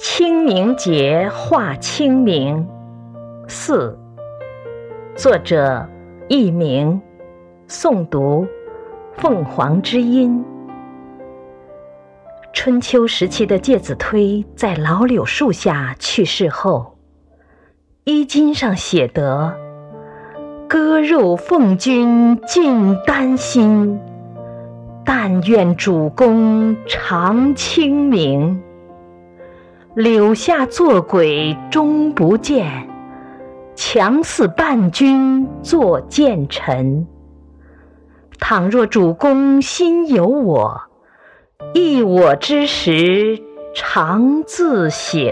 清明节画清明4，作者佚名，诵读凤凰之音。春秋时期的介子推在老柳树下去世后，衣襟上写得：割肉奉君尽丹心，但愿主公常清明。柳下做鬼终不见，强似伴君作谏臣。倘若主公心有我，忆我之时常自省。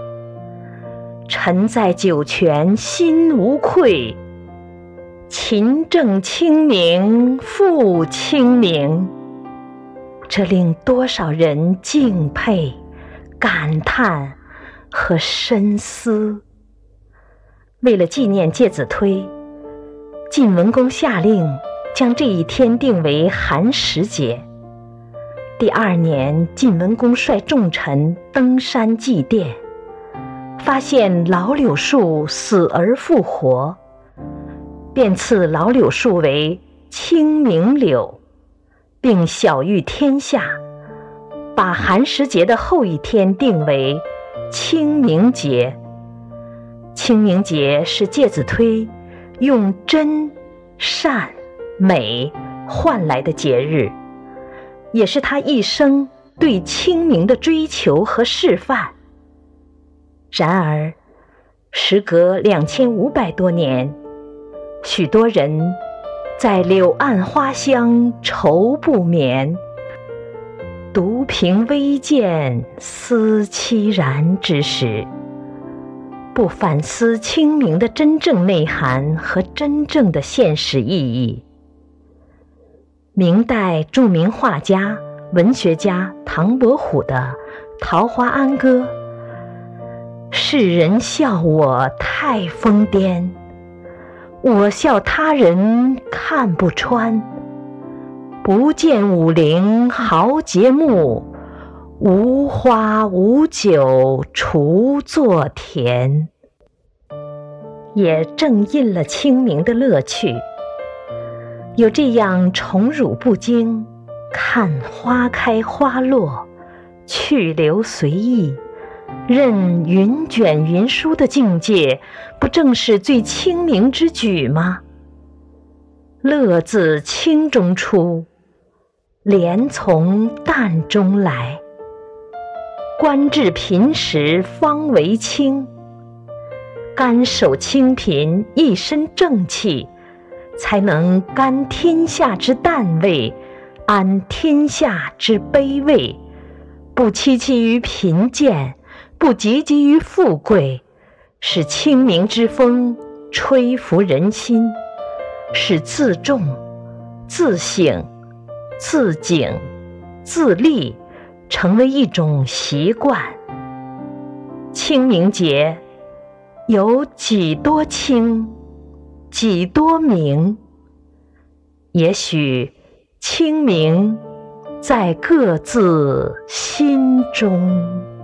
臣在九泉心无愧，勤政清明复清明。这令多少人敬佩、感叹和深思。为了纪念介子推，晋文公下令将这一天定为寒食节。第2年，晋文公率众臣登山祭奠，发现老柳树死而复活，便赐老柳树为清明柳，并晓谕天下，把寒食节的后一天定为清明节。清明节是介子推用真、善、美换来的节日，也是他一生对清明的追求和示范。然而，时隔2500多年，许多人在柳暗花香愁不眠，独凭微见思凄然之时，不反思清明的真正内涵和真正的现实意义。明代著名画家、文学家唐伯虎的《桃花庵歌》：世人笑我太疯癫，我笑他人看不穿。不见武陵豪杰墓，无花无酒锄作田。也正印了清明的乐趣。有这样宠辱不惊，看花开花落，去留随意，任云卷云舒的境界，不正是最清明之举吗？乐自清中出，廉从淡中来。官至贫时方为清，甘守清贫，一身正气，才能甘天下之淡味，安天下之卑微，不戚戚于贫贱，不汲汲于富贵，使清明之风吹拂人心，使自重、自省、自警、自立成为一种习惯。清明节有几多清，几多明？也许清明在各自心中。